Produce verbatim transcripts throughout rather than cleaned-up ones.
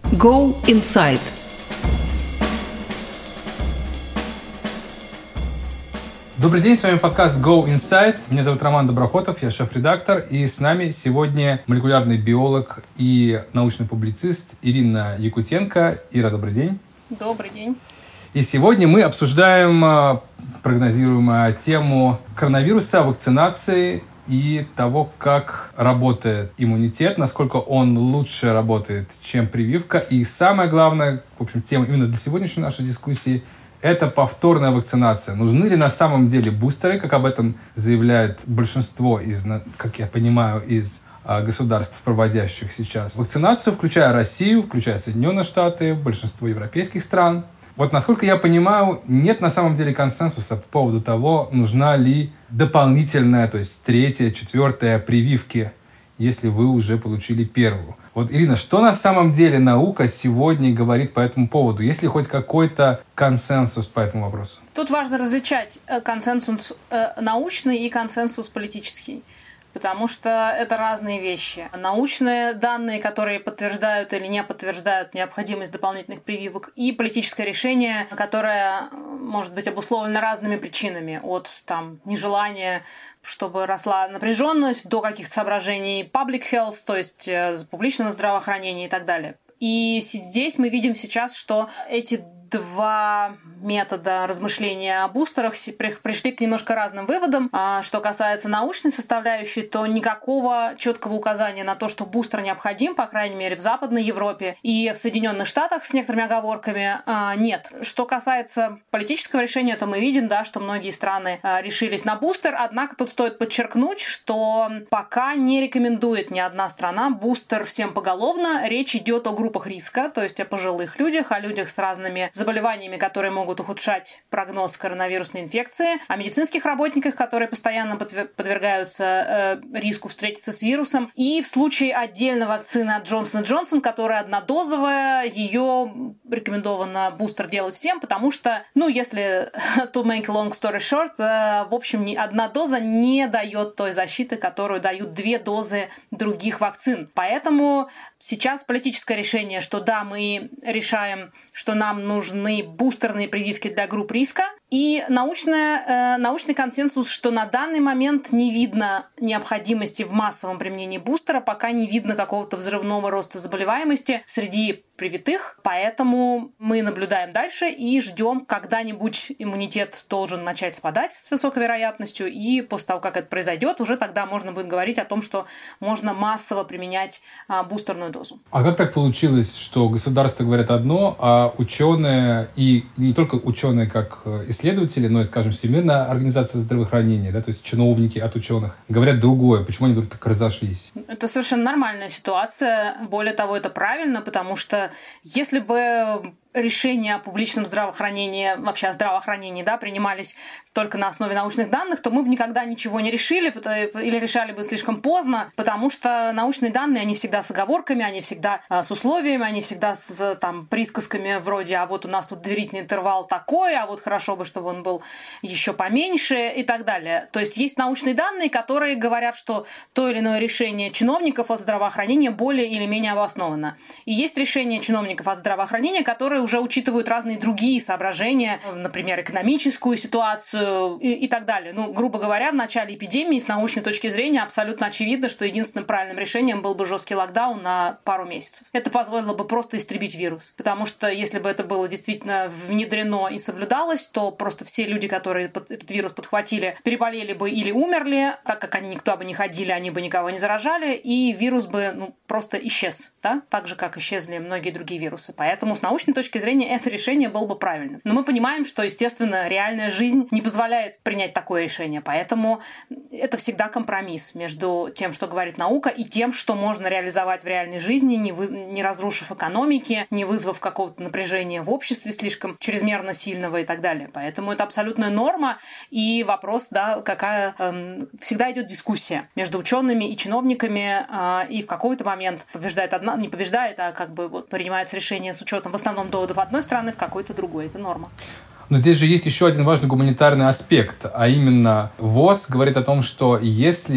Go Inside. Добрый день, с вами подкаст Go Inside. Меня зовут Роман Доброхотов, я шеф-редактор. И с нами сегодня молекулярный биолог и научный публицист Ирина Якутенко. Ира, добрый день. Добрый день. И сегодня мы обсуждаем прогнозируемую тему коронавируса, вакцинации и того, как работает иммунитет, насколько он лучше работает, чем прививка. И самое главное, в общем, тема именно для сегодняшней нашей дискуссии – это повторная вакцинация. Нужны ли на самом деле бустеры, как об этом заявляет большинство из, как я понимаю, из государств, проводящих сейчас вакцинацию, включая Россию, включая Соединенные Штаты, большинство европейских стран. Вот, насколько я понимаю, нет на самом деле консенсуса по поводу того, нужна ли дополнительная, то есть третья, четвертая прививки, если вы уже получили первую. Вот, Ирина, что на самом деле наука сегодня говорит по этому поводу? Есть ли хоть какой-то консенсус по этому вопросу? Тут важно различать консенсус научный и консенсус политический. Потому что это разные вещи. Научные данные, которые подтверждают или не подтверждают необходимость дополнительных прививок, и политическое решение, которое может быть обусловлено разными причинами, от там, нежелания, чтобы росла напряженность, до каких-то соображений public health, то есть публичного здравоохранения и так далее. И здесь мы видим сейчас, что эти два метода размышления о бустерах пришли к немножко разным выводам. А что касается научной составляющей, то никакого четкого указания на то, что бустер необходим, по крайней мере, в Западной Европе и в Соединенных Штатах с некоторыми оговорками, нет. Что касается политического решения, то мы видим, да, что многие страны решились на бустер, однако тут стоит подчеркнуть, что пока не рекомендует ни одна страна бустер всем поголовно. Речь идет о группах риска, то есть о пожилых людях, о людях с разными заболеваниями, которые могут ухудшать прогноз коронавирусной инфекции, о медицинских работниках, которые постоянно подвергаются э, риску встретиться с вирусом. И в случае отдельно вакцины от Джонсон энд Джонсон, которая однодозовая, ее рекомендовано бустер делать всем, потому что, ну, если to make long story short, э, в общем, ни одна доза не дает той защиты, которую дают две дозы других вакцин. Поэтому сейчас политическое решение, что да, мы решаем, что нам нужны бустерные прививки для групп риска, и научная, э, научный консенсус, что на данный момент не видно необходимости в массовом применении бустера, пока не видно какого-то взрывного роста заболеваемости среди привитых, поэтому мы наблюдаем дальше и ждем, когда-нибудь иммунитет должен начать спадать с высокой вероятностью, и после того, как это произойдет, уже тогда можно будет говорить о том, что можно массово применять а, бустерную дозу. А как так получилось, что государства говорят одно, а ученые, и не только ученые как исследователи, но и, скажем, Всемирная организация здравоохранения, да, то есть чиновники от ученых, говорят другое? Почему они вдруг так разошлись? Это совершенно нормальная ситуация. Более того, это правильно, потому что если бы решения о публичном здравоохранении, вообще о здравоохранении, да, принимались только на основе научных данных, то мы бы никогда ничего не решили или решали бы слишком поздно, потому что научные данные, они всегда с оговорками, они всегда с условиями, они всегда с там, присказками вроде «а вот у нас тут доверительный интервал такой, а вот хорошо бы, чтобы он был еще поменьше» и так далее. То есть есть научные данные, которые говорят, что то или иное решение чиновников от здравоохранения более или менее обосновано. И есть решения чиновников от здравоохранения, которые уже учитывают разные другие соображения, например, экономическую ситуацию и, и так далее. Ну, грубо говоря, в начале эпидемии с научной точки зрения абсолютно очевидно, что единственным правильным решением был бы жесткий локдаун на пару месяцев. Это позволило бы просто истребить вирус. Потому что если бы это было действительно внедрено и соблюдалось, то просто все люди, которые этот вирус подхватили, переболели бы или умерли, так как они никуда бы не ходили, они бы никого не заражали, и вирус бы ну, просто исчез, да? Так же, как исчезли многие другие вирусы. Поэтому с научной точки зрения это решение было бы правильным. Но мы понимаем, что, естественно, реальная жизнь не позволяет принять такое решение. Поэтому это всегда компромисс между тем, что говорит наука, и тем, что можно реализовать в реальной жизни, не, вы... не разрушив экономики, не вызвав какого-то напряжения в обществе слишком чрезмерно сильного и так далее. Поэтому это абсолютная норма. И вопрос, да, какая... Эм, всегда идет дискуссия между учеными и чиновниками, э, и в какой-то момент побеждает одна, не побеждает, а как бы вот принимается решение с учетом в основном доводов одной страны, в какой-то другой. Это норма. Но здесь же есть еще один важный гуманитарный аспект, а именно ВОЗ говорит о том, что если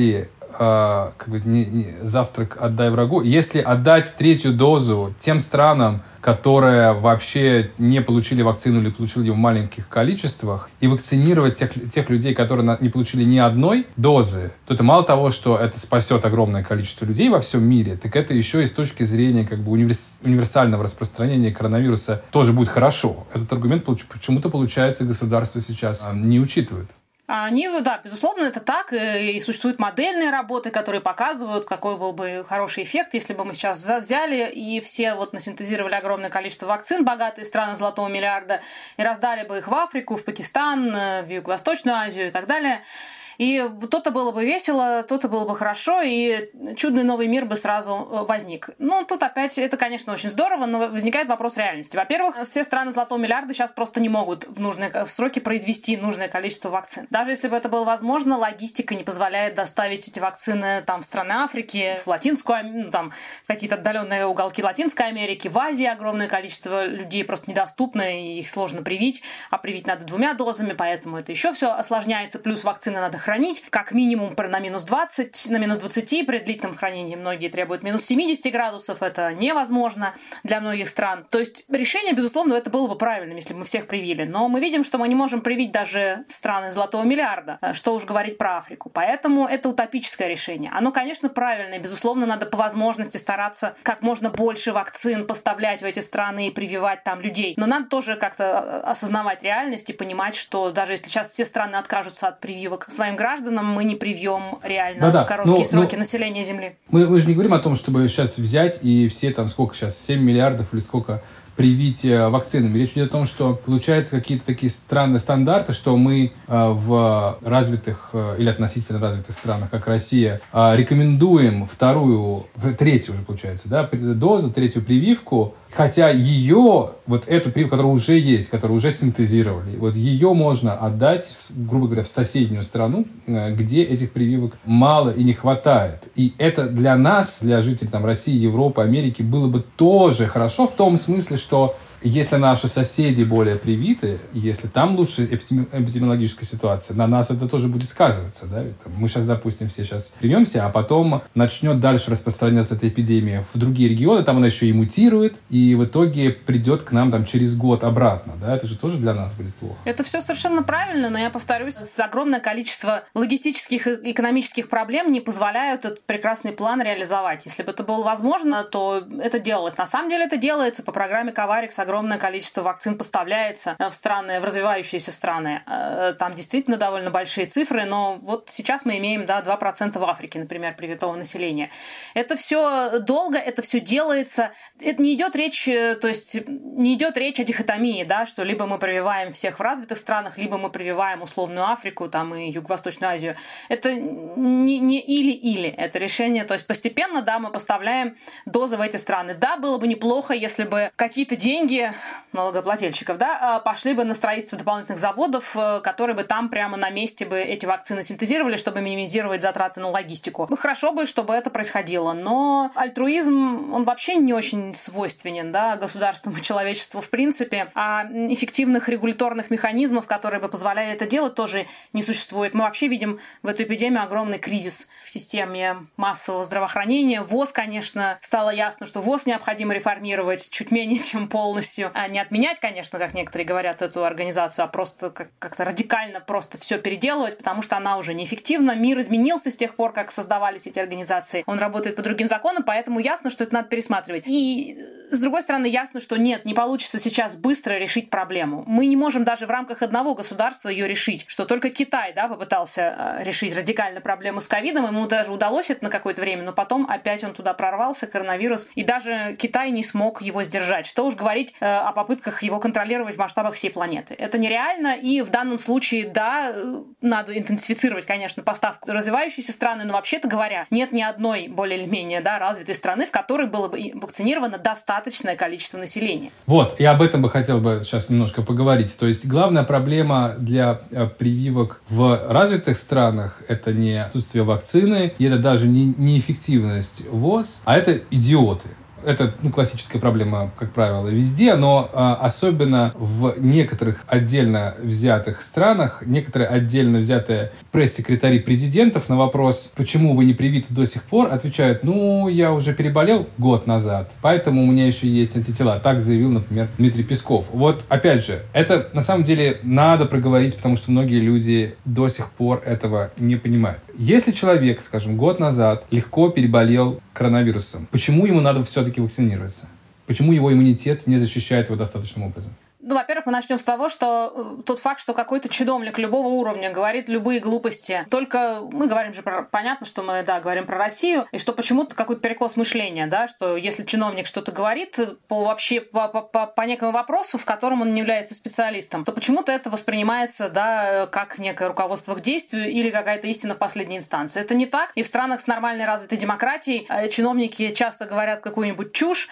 э, как бы, не, не, завтрак отдай врагу. Если отдать третью дозу тем странам, которые вообще не получили вакцину или получили ее в маленьких количествах, и вакцинировать тех, тех людей, которые на, не получили ни одной дозы, то это мало того, что это спасет огромное количество людей во всем мире, так это еще и с точки зрения как бы универс, универсального распространения коронавируса тоже будет хорошо. Этот аргумент почему-то, получается, государство сейчас не учитывает. Они, да, безусловно, это так. И существуют модельные работы, которые показывают, какой был бы хороший эффект, если бы мы сейчас взяли и все вот насинтезировали огромное количество вакцин, богатые страны золотого миллиарда, и раздали бы их в Африку, в Пакистан, в Юго-Восточную Азию и так далее. И то-то было бы весело, то-то было бы хорошо, и чудный новый мир бы сразу возник. Ну, тут опять, это, конечно, очень здорово, но возникает вопрос реальности. Во-первых, все страны золотого миллиарда сейчас просто не могут в нужные в сроки произвести нужное количество вакцин. Даже если бы это было возможно, логистика не позволяет доставить эти вакцины там, в страны Африки, в Латинскую, ну, там, в какие-то отдаленные уголки Латинской Америки, в Азии огромное количество людей просто недоступно, и их сложно привить, а привить надо двумя дозами, поэтому это еще все осложняется, плюс вакцины надо хранить как минимум на минус двадцать, на минус двадцать, при длительном хранении многие требуют минус семьдесят градусов, это невозможно для многих стран. То есть решение, безусловно, это было бы правильным, если бы мы всех привили, но мы видим, что мы не можем привить даже страны золотого миллиарда, что уж говорить про Африку, поэтому это утопическое решение. Оно, конечно, правильное, безусловно, надо по возможности стараться как можно больше вакцин поставлять в эти страны и прививать там людей, но надо тоже как-то осознавать реальность и понимать, что даже если сейчас все страны откажутся от прививок своим гражданам, мы не привьем реально Да-да. в короткие но, сроки но населения Земли. Мы, мы же не говорим о том, чтобы сейчас взять и все там сколько сейчас, семь миллиардов или сколько привить вакцинами. Речь идет о том, что получаются какие-то такие странные стандарты, что мы в развитых или относительно развитых странах, как Россия, рекомендуем вторую, третью уже получается, да, дозу, третью прививку, хотя ее, вот эту прививку, которая уже есть, которую уже синтезировали, вот ее можно отдать, грубо говоря, в соседнюю страну, где этих прививок мало и не хватает. И это для нас, для жителей там, России, Европы, Америки, было бы тоже хорошо в том смысле, что если наши соседи более привиты, если там лучше эпидеми- эпидемиологическая ситуация, на нас это тоже будет сказываться. Да? Мы сейчас, допустим, все сейчас примемся, а потом начнет дальше распространяться эта эпидемия в другие регионы, там она еще и мутирует, и в итоге придет к нам там, через год обратно. Да? Это же тоже для нас будет плохо. Это все совершенно правильно, но я повторюсь, огромное количество логистических и экономических проблем не позволяют этот прекрасный план реализовать. Если бы это было возможно, то это делалось. На самом деле это делается по программе Коварикс. Огромное количество вакцин поставляется в страны, в развивающиеся страны. Там действительно довольно большие цифры, но вот сейчас мы имеем да, два процента в Африке, например, привитого населения. Это все долго, это все делается. Это не идет речь, то есть не идет речь о дихотомии, да, что либо мы прививаем всех в развитых странах, либо мы прививаем условную Африку там, и Юго-Восточную Азию. Это не, не или-или, это решение. То есть постепенно, да, мы поставляем дозы в эти страны. Да, было бы неплохо, если бы какие-то деньги налогоплательщиков, да, пошли бы на строительство дополнительных заводов, которые бы там прямо на месте бы эти вакцины синтезировали, чтобы минимизировать затраты на логистику. Хорошо бы, чтобы это происходило, но альтруизм, он вообще не очень свойственен, да, государствам и человечеству в принципе, а эффективных регуляторных механизмов, которые бы позволяли это делать, тоже не существует. Мы вообще видим в эту эпидемию огромный кризис в системе массового здравоохранения. ВОЗ, конечно, стало ясно, что ВОЗ необходимо реформировать чуть менее чем полностью. А не отменять, конечно, как некоторые говорят, эту организацию, а просто как- как-то радикально просто все переделывать, потому что она уже неэффективна. Мир изменился с тех пор, как создавались эти организации. Он работает по другим законам, поэтому ясно, что это надо пересматривать. И, с другой стороны, ясно, что нет, не получится сейчас быстро решить проблему. Мы не можем даже в рамках одного государства ее решить, что только Китай, да, попытался решить радикально проблему с ковидом, ему даже удалось это на какое-то время, но потом опять он туда прорвался, коронавирус, и даже Китай не смог его сдержать. Что уж говорить о попытках его контролировать в масштабах всей планеты. Это нереально, и в данном случае, да, надо интенсифицировать, конечно, поставку в развивающиеся страны, но вообще-то говоря, нет ни одной более или менее да, развитой страны, в которой было бы вакцинировано достаточное количество населения. Вот, и об этом бы хотел бы сейчас немножко поговорить. То есть главная проблема для прививок в развитых странах — это не отсутствие вакцины, и это даже не неэффективность ВОЗ, а это идиоты. Это ну, классическая проблема, как правило, везде, но а, особенно в некоторых отдельно взятых странах, некоторые отдельно взятые пресс-секретари президентов на вопрос, почему вы не привиты до сих пор, отвечают, ну, я уже переболел год назад, поэтому у меня еще есть антитела. Так заявил, например, Дмитрий Песков. Вот, опять же, это на самом деле надо проговорить, потому что многие люди до сих пор этого не понимают. Если человек, скажем, год назад легко переболел коронавирусом, почему ему надо все-таки вакцинироваться? Почему его иммунитет не защищает его достаточным образом? Ну, во-первых, мы начнем с того, что тот факт, что какой-то чиновник любого уровня говорит любые глупости, только мы говорим же про, понятно, что мы, да, говорим про Россию, и что почему-то какой-то перекос мышления, да, что если чиновник что-то говорит по вообще по, по, по, по некому вопросу, в котором он не является специалистом, то почему-то это воспринимается, да, как некое руководство к действию или какая-то истина в последней инстанции. Это не так, и в странах с нормальной развитой демократией чиновники часто говорят какую-нибудь чушь,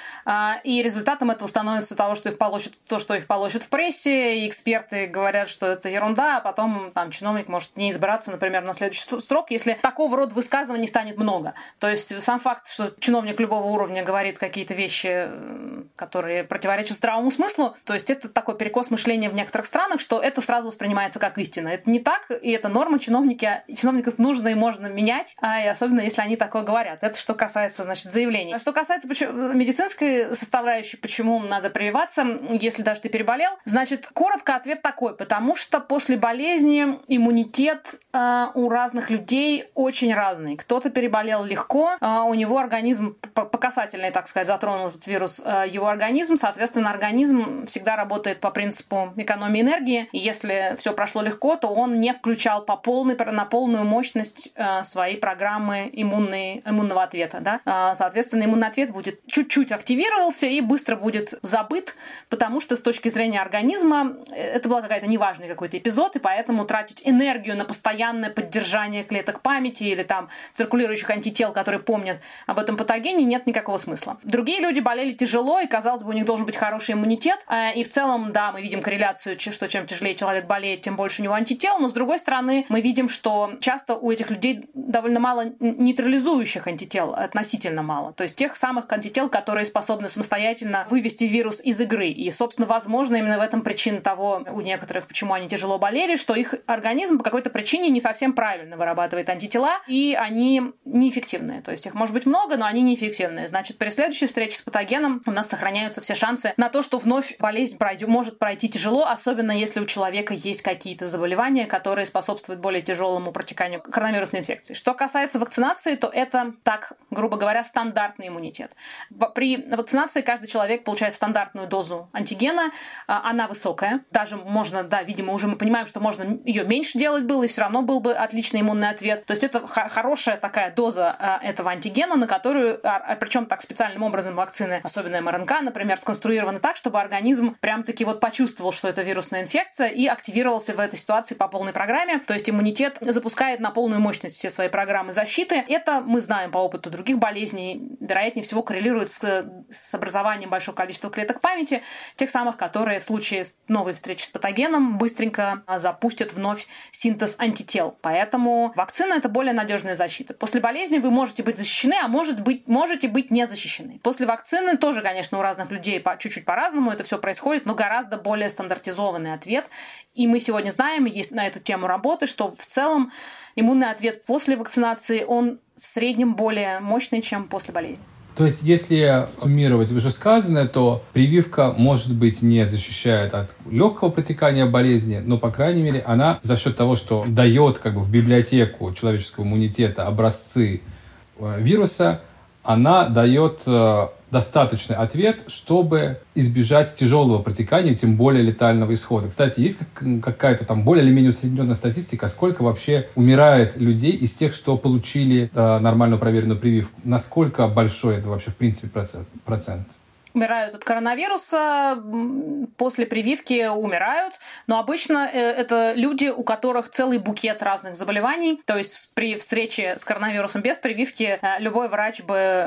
и результатом этого становится того, что их получат, то, что их получат в прессе, и эксперты говорят, что это ерунда, а потом там чиновник может не избираться, например, на следующий срок, если такого рода высказываний станет много. То есть сам факт, что чиновник любого уровня говорит какие-то вещи, которые противоречат здравому смыслу, то есть это такой перекос мышления в некоторых странах, что это сразу воспринимается как истина. Это не так, и это норма. Чиновники, чиновников нужно и можно менять, а и особенно если они такое говорят. Это что касается, значит, заявлений. А что касается медицинской составляющей, почему надо прививаться, если даже ты переболел, значит, коротко ответ такой, потому что после болезни иммунитет э, у разных людей очень разный. Кто-то переболел легко, э, у него организм, по касательной, так сказать, затронул этот вирус, э, его организм, соответственно, организм всегда работает по принципу экономии энергии, и если все прошло легко, то он не включал по полной, на полную мощность э, своей программы иммунной, иммунного ответа. Да? Э, соответственно, иммунный ответ будет чуть-чуть активировался и быстро будет забыт, потому что с точки зрения зрения организма это был какой-то неважный какой-то эпизод, и поэтому тратить энергию на постоянное поддержание клеток памяти или там циркулирующих антител, которые помнят об этом патогене, нет никакого смысла. Другие люди болели тяжело, и, казалось бы, у них должен быть хороший иммунитет, и в целом, да, мы видим корреляцию, что чем тяжелее человек болеет, тем больше у него антител, но, с другой стороны, мы видим, что часто у этих людей довольно мало нейтрализующих антител, относительно мало, то есть тех самых антител, которые способны самостоятельно вывести вирус из игры, и, собственно, возможно, именно в этом причина того у некоторых, почему они тяжело болели, что их организм по какой-то причине не совсем правильно вырабатывает антитела, и они неэффективные. То есть их может быть много, но они неэффективные. Значит, при следующей встрече с патогеном у нас сохраняются все шансы на то, что вновь болезнь пройдет, может пройти тяжело, особенно если у человека есть какие-то заболевания, которые способствуют более тяжелому протеканию коронавирусной инфекции. Что касается вакцинации, то это, так, грубо говоря, стандартный иммунитет. При вакцинации каждый человек получает стандартную дозу антигена, она высокая. Даже можно, да, видимо, уже мы понимаем, что можно ее меньше делать было, и все равно был бы отличный иммунный ответ. То есть это хорошая такая доза этого антигена, на которую, причем так специальным образом вакцины, особенно эм эр эн ка, например, сконструированы так, чтобы организм прям-таки вот почувствовал, что это вирусная инфекция, и активировался в этой ситуации по полной программе. То есть иммунитет запускает на полную мощность все свои программы защиты. Это мы знаем по опыту других болезней, вероятнее всего коррелирует с, с образованием большого количества клеток памяти, тех самых, которые в случае новой встречи с патогеном быстренько запустят вновь синтез антител. Поэтому вакцина — это более надежная защита. После болезни вы можете быть защищены, а может быть, можете быть не защищены. После вакцины тоже, конечно, у разных людей по, чуть-чуть по-разному это все происходит, но гораздо более стандартизованный ответ. И мы сегодня знаем, есть на эту тему работы, что в целом иммунный ответ после вакцинации, он в среднем более мощный, чем после болезни. То есть, если суммировать вышесказанное, то прививка, может быть, не защищает от легкого протекания болезни, но, по крайней мере, она за счет того, что дает как бы в библиотеку человеческого иммунитета образцы вируса, она дает достаточный ответ, чтобы избежать тяжелого протекания, тем более летального исхода. Кстати, есть какая-то там более или менее усредненная статистика, сколько вообще умирает людей из тех, что получили э, нормальную проверенную прививку? Насколько большой это вообще в принципе процент? умирают от коронавируса, после прививки умирают, но обычно это люди, у которых целый букет разных заболеваний, то есть при встрече с коронавирусом без прививки любой врач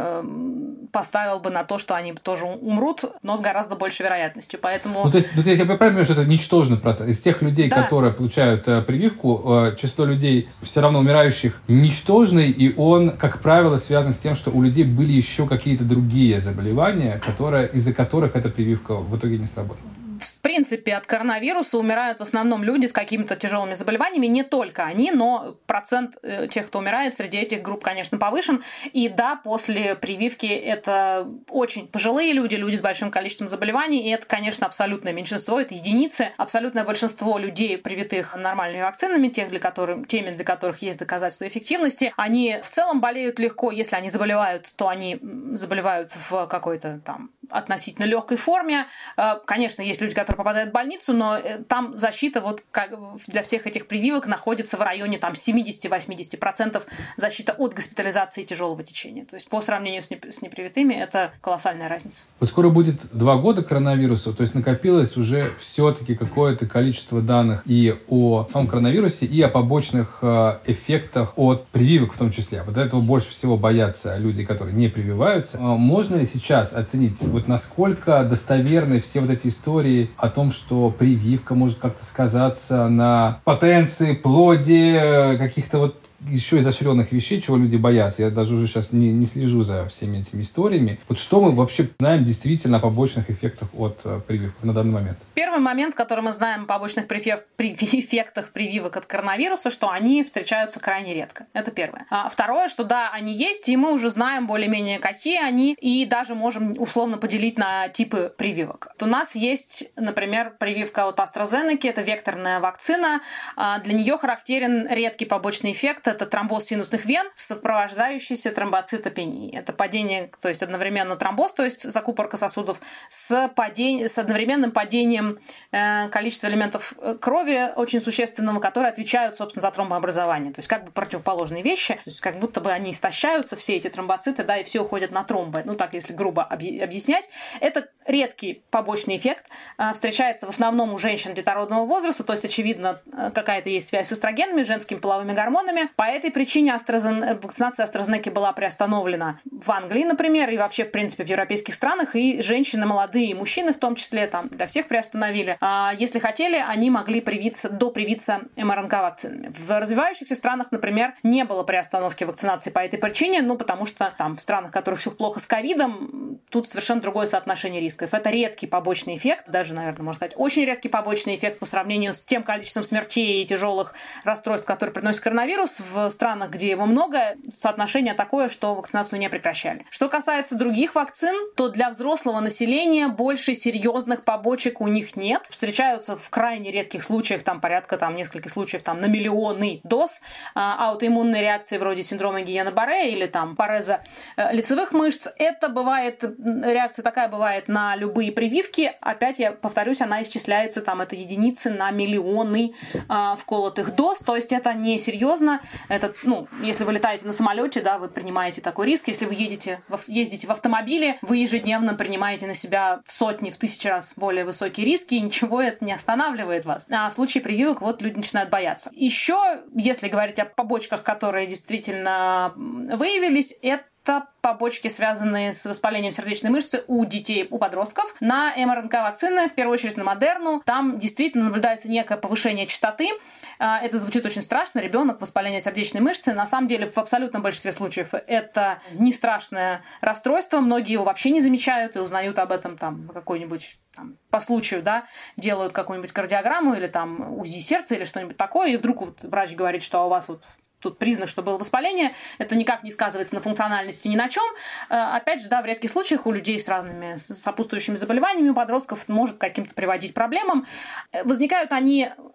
бы поставил бы на то, что они тоже умрут, но с гораздо большей вероятностью, поэтому... Ну, то есть, то есть я правильно понимаю, что это ничтожный процент. Из тех людей, да. которые получают э, прививку, э, число людей все равно умирающих ничтожный, и он, как правило, связан с тем, что у людей были еще какие-то другие заболевания, которые, из-за которых эта прививка в итоге не сработала. В принципе, от коронавируса умирают в основном люди с какими-то тяжелыми заболеваниями. Не только они, но процент тех, кто умирает, среди этих групп, конечно, повышен. И да, после прививки это очень пожилые люди, люди с большим количеством заболеваний. И это, конечно, абсолютное меньшинство, это единицы. Абсолютное большинство людей, привитых нормальными вакцинами, тех, для которых, теми, для которых есть доказательства эффективности, они в целом болеют легко. Если они заболевают, то они заболевают в какой-то там относительно легкой форме. Конечно, есть люди, которые попадают в больницу, но там защита вот как для всех этих прививок находится в районе там семьдесят-восемьдесят процентов защита от госпитализации и тяжелого течения. То есть по сравнению с, не, с непривитыми это колоссальная разница. Вот скоро будет два года коронавирусу, то есть накопилось уже все-таки какое-то количество данных и о самом коронавирусе, и о побочных эффектах от прививок в том числе. Вот этого больше всего боятся люди, которые не прививаются. Можно ли сейчас оценить, вот насколько достоверны все вот эти истории о том, что прививка может как-то сказаться на потенции, плоде, каких-то вот еще изощренных вещей, чего люди боятся. Я даже уже сейчас не, не слежу за всеми этими историями. Вот что мы вообще знаем действительно о побочных эффектах от э, прививок на данный момент? Первый момент, который мы знаем о побочных префе- при- эффектах прививок от коронавируса, что они встречаются крайне редко. Это первое. А второе, что да, они есть, и мы уже знаем более-менее, какие они, и даже можем условно поделить на типы прививок. У нас есть, например, прививка от AstraZeneca, это векторная вакцина. Для нее характерен редкий побочный эффект. Это тромбоз синусных вен, сопровождающийся тромбоцитопенией. Это падение, то есть одновременно тромбоз, то есть закупорка сосудов, с, падением, с одновременным падением э, количества элементов крови очень существенного, которые отвечают, собственно, за тромбообразование. То есть как бы противоположные вещи, то есть как будто бы они истощаются, все эти тромбоциты, да, и все уходят на тромбы. Ну так, если грубо объяснять. Это редкий побочный эффект. Э, встречается в основном у женщин детородного возраста, то есть, очевидно, какая-то есть связь с эстрогенами, женскими половыми гормонами. По этой причине AstraZeneca, вакцинация AstraZeneca была приостановлена в Англии, например, и вообще, в принципе, в европейских странах. И женщины, молодые, и мужчины в том числе, там для всех приостановили. А если хотели, они могли привиться, допривиться эм эр эн ка-вакцинами. В развивающихся странах, например, не было приостановки вакцинации по этой причине, ну, потому что там в странах, в которых все плохо с ковидом, тут совершенно другое соотношение рисков. Это редкий побочный эффект, даже, наверное, можно сказать, очень редкий побочный эффект по сравнению с тем количеством смертей и тяжелых расстройств, которые приносит коронавирус. В странах, где его много, соотношение такое, что вакцинацию не прекращали. Что касается других вакцин, то для взрослого населения больше серьезных побочек у них нет. Встречаются в крайне редких случаях, там порядка там, нескольких случаев там, на миллионы доз а, аутоиммунной реакции вроде синдрома Гиена-Барре или там пареза э, лицевых мышц. Это бывает, реакция такая бывает на любые прививки. Опять я повторюсь, она исчисляется, там это единицы на миллионы э, вколотых доз. То есть это не серьезно. Это, ну, если вы летаете на самолете, да, вы принимаете такой риск. Если вы едете, ездите в автомобиле, вы ежедневно принимаете на себя в сотни, в тысячи раз более высокие риски, и ничего это не останавливает вас. А в случае прививок вот люди начинают бояться. Еще, если говорить о побочках, которые действительно выявились, это Это побочки, связанные с воспалением сердечной мышцы у детей, у подростков. На эм эр эн ка-вакцины, в первую очередь на Модерну, там действительно наблюдается некое повышение частоты. Это звучит очень страшно. Ребенок, воспаление сердечной мышцы. На самом деле, в абсолютном большинстве случаев это не страшное расстройство. Многие его вообще не замечают и узнают об этом там какой-нибудь там, по случаю, да, делают какую-нибудь кардиограмму или там УЗИ сердца или что-нибудь такое, и вдруг вот врач говорит, что у вас вот тут признак, что было воспаление, это никак не сказывается на функциональности ни на чем. Опять же, да, в редких случаях у людей с разными сопутствующими заболеваниями, у подростков может к каким-то приводить проблемам. Возникают они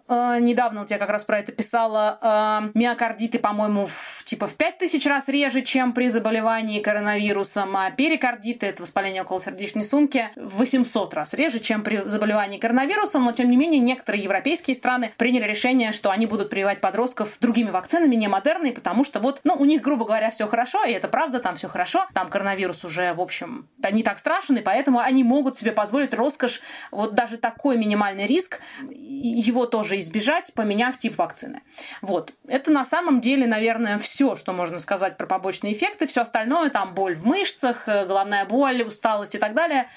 недавно вот я как раз про это писала, миокардиты, по-моему, в, типа в пять тысяч раз реже, чем при заболевании коронавирусом, а перикардиты, это воспаление околосердечной сумки, в восемьсот раз реже, чем при заболевании коронавирусом, но тем не менее некоторые европейские страны приняли решение, что они будут прививать подростков другими вакцинами, не модерной, потому что вот, ну, у них, грубо говоря, все хорошо, и это правда, там все хорошо, там коронавирус уже, в общем, не так страшен, и поэтому они могут себе позволить роскошь, вот даже такой минимальный риск, его тоже избежать, поменяв тип вакцины. Вот. Это на самом деле, наверное, все, что можно сказать про побочные эффекты. Все остальное, там боль в мышцах, головная боль, усталость и так далее.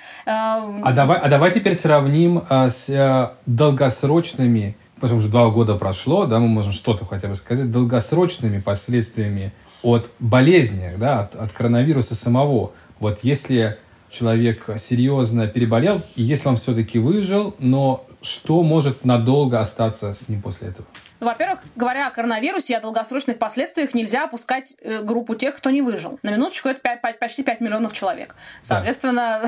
А давай, а давай теперь сравним а, с а, долгосрочными, потому что два года прошло, да, мы можем что-то хотя бы сказать, долгосрочными последствиями от болезни, да, от, от коронавируса самого. Вот если человек серьезно переболел, и если он все-таки выжил, но что может надолго остаться с ним после этого? Ну, во-первых, говоря о коронавирусе и о долгосрочных последствиях, нельзя опускать э, группу тех, кто не выжил. На минуточку это пять, пять, почти пять миллионов человек. Соответственно...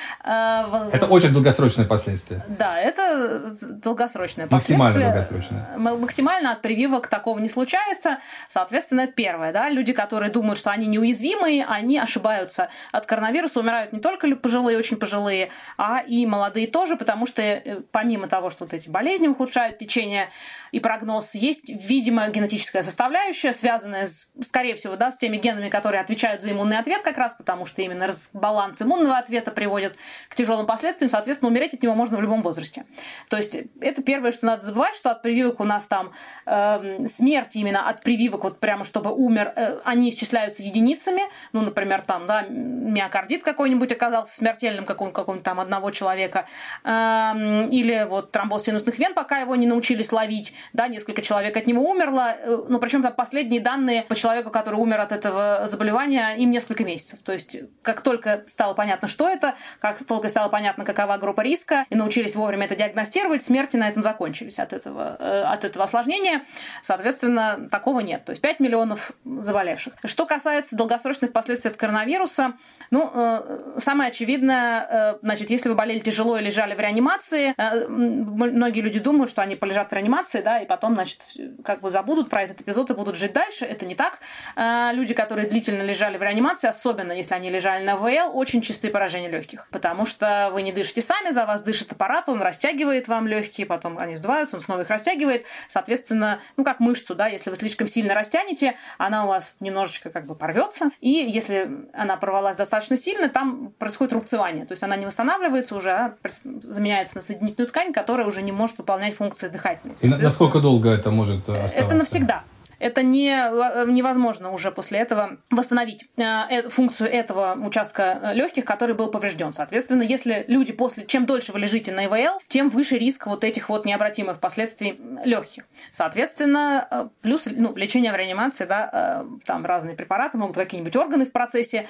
Да. Э, это очень долгосрочное последствие. Да, это долгосрочное последствие. Максимально долгосрочное. Максимально от прививок такого не случается. Соответственно, это первое. Да? Люди, которые думают, что они неуязвимые, они ошибаются. От коронавируса умирают не только пожилые, очень пожилые, а и молодые тоже, потому что помимо того, что вот эти болезни ухудшают течение и прогноз, есть, видимо, генетическая составляющая, связанная, с, скорее всего, да, с теми генами, которые отвечают за иммунный ответ как раз, потому что именно разбаланс иммунного ответа приводит к тяжелым последствиям, соответственно, умереть от него можно в любом возрасте. То есть это первое, что надо забывать, что от прививок у нас там э, смерть именно от прививок, вот прямо чтобы умер, э, они исчисляются единицами, ну, например, там, да, миокардит какой-нибудь оказался смертельным какого-нибудь, какого-нибудь там одного человека, э, или вот тромбоз синусных вен, пока его не научились ловить, да, несколько человек от него умерло, ну, причем там последние данные по человеку, который умер от этого заболевания, им несколько месяцев. То есть, как только стало понятно, что это, как только стало понятно, какова группа риска, и научились вовремя это диагностировать, смерти на этом закончились от этого, от этого осложнения. Соответственно, такого нет. То есть, пять миллионов заболевших. Что касается долгосрочных последствий от коронавируса, ну, самое очевидное, значит, если вы болели тяжело и лежали в реанимации, многие люди думают, что они полежат в реанимации, да, и потом, значит, как бы забудут про этот эпизод и будут жить дальше. Это не так. Люди, которые длительно лежали в реанимации, особенно если они лежали на ВЛ, очень частые поражения легких, потому что вы не дышите сами, за вас дышит аппарат, он растягивает вам легкие, потом они сдуваются, он снова их растягивает. Соответственно, ну как мышцу, да, если вы слишком сильно растянете, она у вас немножечко как бы порвется, и если она порвалась достаточно сильно, там происходит рубцевание, то есть она не восстанавливается уже, а заменяется на соединительную ткань, которая уже не может выполнять функции дыхательной. И насколько долго это может оставаться? Это навсегда. Это не, невозможно уже после этого восстановить э, функцию этого участка легких, который был поврежден. Соответственно, если люди после, чем дольше вы лежите на ИВЛ, тем выше риск вот этих вот необратимых последствий легких. Соответственно, плюс ну, лечение в реанимации, да, э, там разные препараты, могут какие-нибудь органы в процессе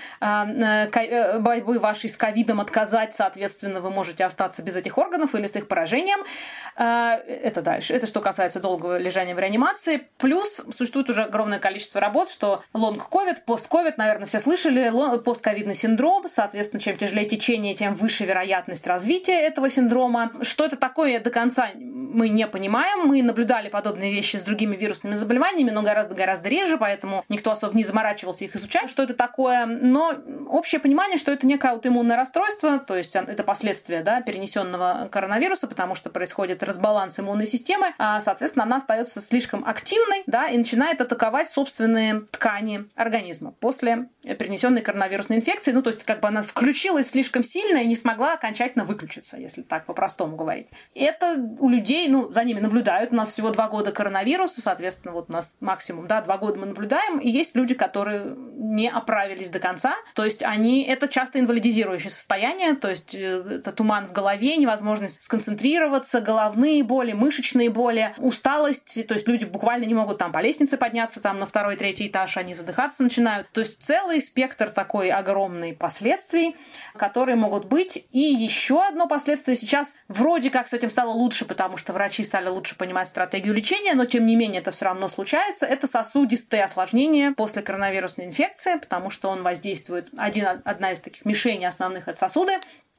э, борьбы вашей с ковидом отказать, соответственно, вы можете остаться без этих органов или с их поражением. Э, это дальше. Это что касается долгого лежания в реанимации. Плюс существует уже огромное количество работ, что лонг-ковид, пост-ковид, наверное, все слышали, постковидный синдром, соответственно, чем тяжелее течение, тем выше вероятность развития этого синдрома. Что это такое, до конца мы не понимаем. Мы наблюдали подобные вещи с другими вирусными заболеваниями, но гораздо-гораздо реже, поэтому никто особо не заморачивался их изучать, что это такое. Но общее понимание, что это некое аутоиммунное расстройство, то есть это последствия, да, перенесенного коронавируса, потому что происходит разбаланс иммунной системы, а, соответственно, она остается слишком активной, да, и начинает атаковать собственные ткани организма после перенесенной коронавирусной инфекции. Ну, то есть, как бы она включилась слишком сильно и не смогла окончательно выключиться, если так по-простому говорить. И это у людей, ну, за ними наблюдают. У нас всего два года коронавирусу, соответственно, вот у нас максимум, да, два года мы наблюдаем, и есть люди, которые не оправились до конца. То есть, они, это часто инвалидизирующее состояние, то есть, это туман в голове, невозможность сконцентрироваться, головные боли, мышечные боли, усталость, то есть, люди буквально не могут там по лестнице подняться там на второй, третий этаж, они задыхаться начинают. То есть целый спектр такой огромный последствий, которые могут быть. И еще одно последствие сейчас вроде как с этим стало лучше, потому что врачи стали лучше понимать стратегию лечения, но тем не менее это все равно случается. Это сосудистые осложнения после коронавирусной инфекции, потому что он воздействует, один, одна из таких мишеней основных — это сосуды.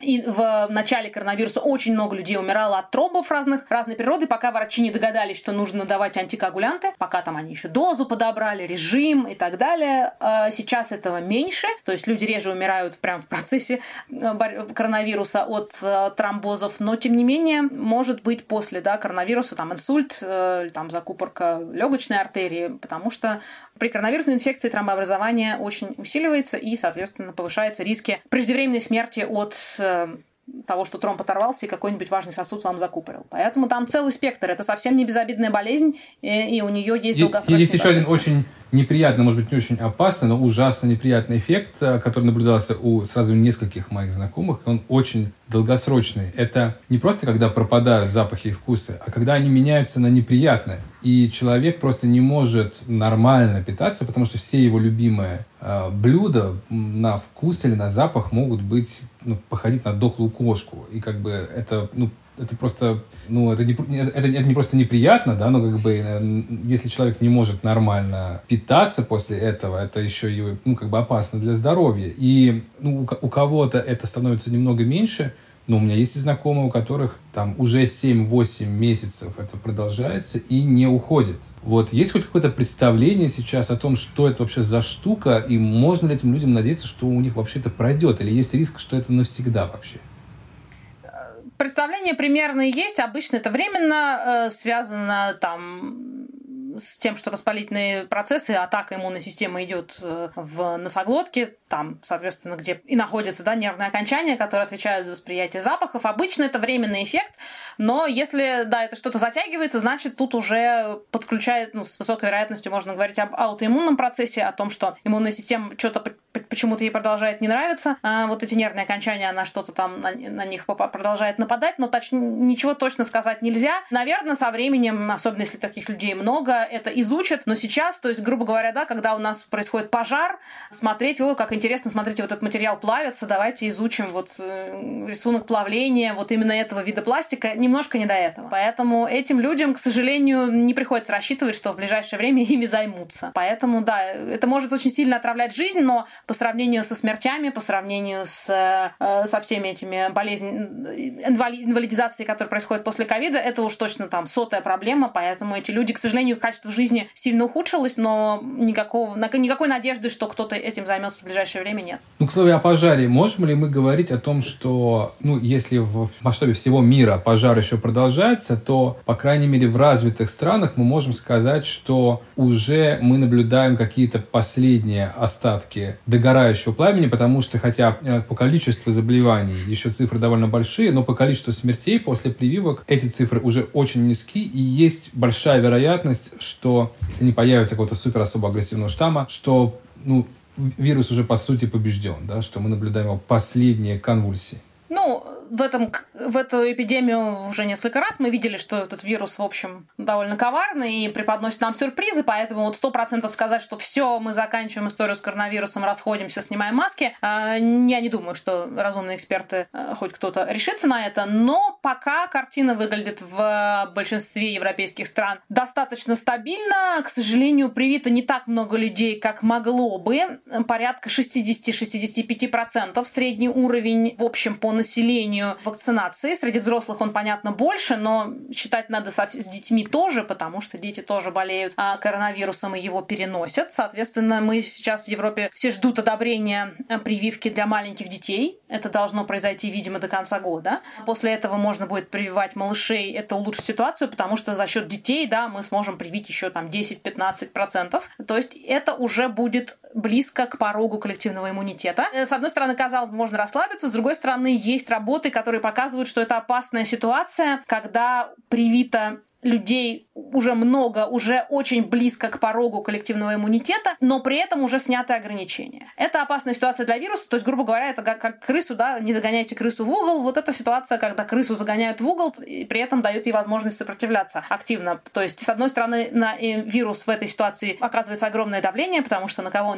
И в начале коронавируса очень много людей умирало от тромбов разных, разной природы, пока врачи не догадались, что нужно давать антикоагулянты, пока там они еще дозу подобрали, режим и так далее. Сейчас этого меньше, то есть люди реже умирают прямо в процессе коронавируса от тромбозов, но тем не менее, может быть после да, коронавируса там инсульт, там закупорка легочной артерии, потому что при коронавирусной инфекции тромбообразование очень усиливается и, соответственно, повышаются риски преждевременной смерти от того, что тромб оторвался и какой-нибудь важный сосуд вам закупорил. Поэтому там целый спектр. Это совсем не безобидная болезнь, и, и у нее есть долгосрочные Есть еще один очень неприятный, может быть, не очень опасный, но ужасно неприятный эффект, который наблюдался у сразу нескольких моих знакомых. Он очень долгосрочный. Это не просто когда пропадают запахи и вкусы, а когда они меняются на неприятные. И человек просто не может нормально питаться, потому что все его любимые э, блюда на вкус или на запах могут быть, ну, походить на дохлую кошку. И как бы это, ну, это просто, ну, это не, это, это не просто неприятно, да, но как бы если человек не может нормально питаться после этого, это еще и, ну, как бы опасно для здоровья. И, ну, у, у кого-то это становится немного меньше. Но у меня есть и знакомые, у которых там уже семь-восемь месяцев это продолжается и не уходит. Вот есть хоть какое-то представление сейчас о том, что это вообще за штука, и можно ли этим людям надеяться, что у них вообще это пройдет, или есть риск, что это навсегда вообще? Представление примерно есть. Обычно это временно э, связано там с тем, что воспалительные процессы, атака иммунной системы идет в носоглотке, там, соответственно, где и находятся да, нервные окончания, которые отвечают за восприятие запахов. Обычно это временный эффект, но если да, это что-то затягивается, значит, тут уже подключает, ну, с высокой вероятностью можно говорить об аутоиммунном процессе, о том, что иммунная система что-то почему-то ей продолжает не нравиться. А вот эти нервные окончания, она что-то там на, на них продолжает нападать, но точ, ничего точно сказать нельзя. Наверное, со временем, особенно если таких людей много, это изучат, но сейчас, то есть, грубо говоря, да, когда у нас происходит пожар, смотреть, ой, как интересно, смотрите, вот этот материал плавится, давайте изучим вот э, рисунок плавления вот именно этого вида пластика, немножко не до этого. Поэтому этим людям, к сожалению, не приходится рассчитывать, что в ближайшее время ими займутся. Поэтому, да, это может очень сильно отравлять жизнь, но по сравнению со смертями, по сравнению с, э, со всеми этими болезнями, инвалидизацией, которые происходят после ковида, это уж точно там сотая проблема, поэтому эти люди, к сожалению, качество жизни сильно ухудшилось, но никакого, никакой надежды, что кто-то этим займется в ближайшее время, нет. Ну, к слову о пожаре, можем ли мы говорить о том, что, ну, если в масштабе всего мира пожар еще продолжается, то, по крайней мере, в развитых странах мы можем сказать, что уже мы наблюдаем какие-то последние остатки догорающего пламени, потому что, хотя по количеству заболеваний еще цифры довольно большие, но по количеству смертей после прививок эти цифры уже очень низки, и есть большая вероятность, что если не появится какого-то супер особо агрессивного штамма, что, ну, вирус уже по сути побежден, да, что мы наблюдаем его последние конвульсии. Ну, в, этом, в эту эпидемию уже несколько раз мы видели, что этот вирус, в общем, довольно коварный и преподносит нам сюрпризы, поэтому вот сто процентов сказать, что все, мы заканчиваем историю с коронавирусом, расходимся, снимаем маски, я не думаю, что разумные эксперты, хоть кто-то решится на это, но пока картина выглядит в большинстве европейских стран достаточно стабильно. К сожалению, привито не так много людей, как могло бы, порядка шестьдесят-шестьдесят пять процентов средний уровень, в общем, по населению вакцинации. Среди взрослых он, понятно, больше, но считать надо с детьми тоже, потому что дети тоже болеют коронавирусом и его переносят. Соответственно, мы сейчас в Европе все ждут одобрения прививки для маленьких детей. Это должно произойти, видимо, до конца года. После этого можно будет прививать малышей. Это улучшит ситуацию, потому что за счет детей, да, мы сможем привить еще там десять-пятнадцать процентов. То есть это уже будет близко к порогу коллективного иммунитета. С одной стороны, казалось бы, можно расслабиться, с другой стороны, есть работы, которые показывают, что это опасная ситуация, когда привито людей уже много, уже очень близко к порогу коллективного иммунитета, но при этом уже сняты ограничения. Это опасная ситуация для вируса, то есть, грубо говоря, это как, как крысу, да, не загоняйте крысу в угол. Вот эта ситуация, когда крысу загоняют в угол и при этом дают ей возможность сопротивляться активно. То есть, с одной стороны, на вирус в этой ситуации оказывается огромное давление, потому что на кого он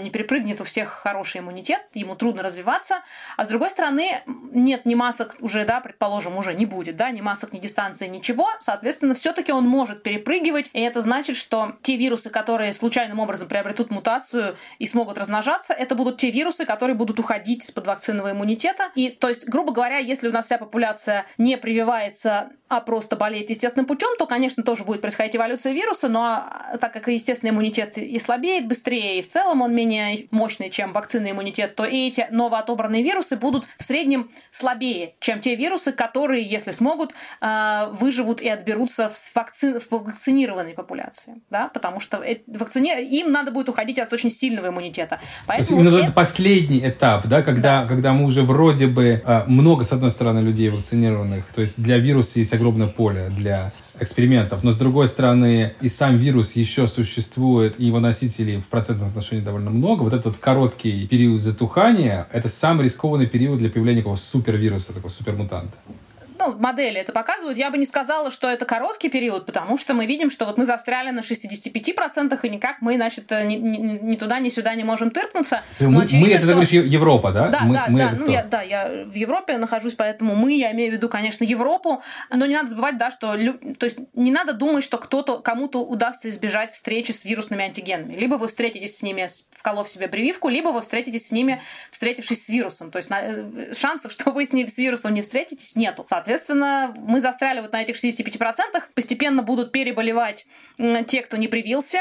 не перепрыгнет у всех хороший иммунитет, ему трудно развиваться, а с другой стороны, нет ни масок уже, да, предположим, уже не будет, да, ни масок, ни дистанции, ничего, соответственно, все-таки он может перепрыгивать, и это значит, что те вирусы, которые случайным образом приобретут мутацию и смогут размножаться, это будут те вирусы, которые будут уходить из-под вакцинного иммунитета. И, то есть, грубо говоря, если у нас вся популяция не прививается, а просто болеет естественным путем, то, конечно, тоже будет происходить эволюция вируса, но так как и естественный иммунитет и слабеет быстрее, и в целом он менее мощный, чем вакцинный иммунитет, то и эти новоотобранные вирусы будут в среднем слабее, чем те вирусы, которые, если смогут, выживут и отберутся в, вакци... в вакцинированной популяции. Да? Потому что вакцини... им надо будет уходить от очень сильного иммунитета. Поэтому то есть именно это... это последний этап, да, когда, да. когда мы уже вроде бы много, с одной стороны, людей вакцинированных, то есть для вируса есть огромное поле для экспериментов, но с другой стороны и сам вирус еще существует, и его носителей в процентном отношении довольно много. Вот этот короткий период затухания — это самый рискованный период для появления какого-то супервируса, такого супермутанта. Ну, модели это показывают. Я бы не сказала, что это короткий период, потому что мы видим, что вот мы застряли на шестидесяти пяти процентах, и никак мы, значит, ни, ни, ни туда, ни сюда не можем тыркнуться. Мы, очевидно, мы это, что... ты говоришь, Европа, да? Да, мы, да, мы да. Это ну, кто? я, да, я в Европе нахожусь, поэтому мы, я имею в виду, конечно, Европу, но не надо забывать, да, что, то есть не надо думать, что кто-то, кому-то удастся избежать встречи с вирусными антигенами. Либо вы встретитесь с ними, вколов себе прививку, либо вы встретитесь с ними, встретившись с вирусом. То есть шансов, что вы с, ним, с вирусом не встретитесь, нету. Соответственно, мы застряли вот на этих шестидесяти пяти процентах, постепенно будут переболевать те, кто не привился,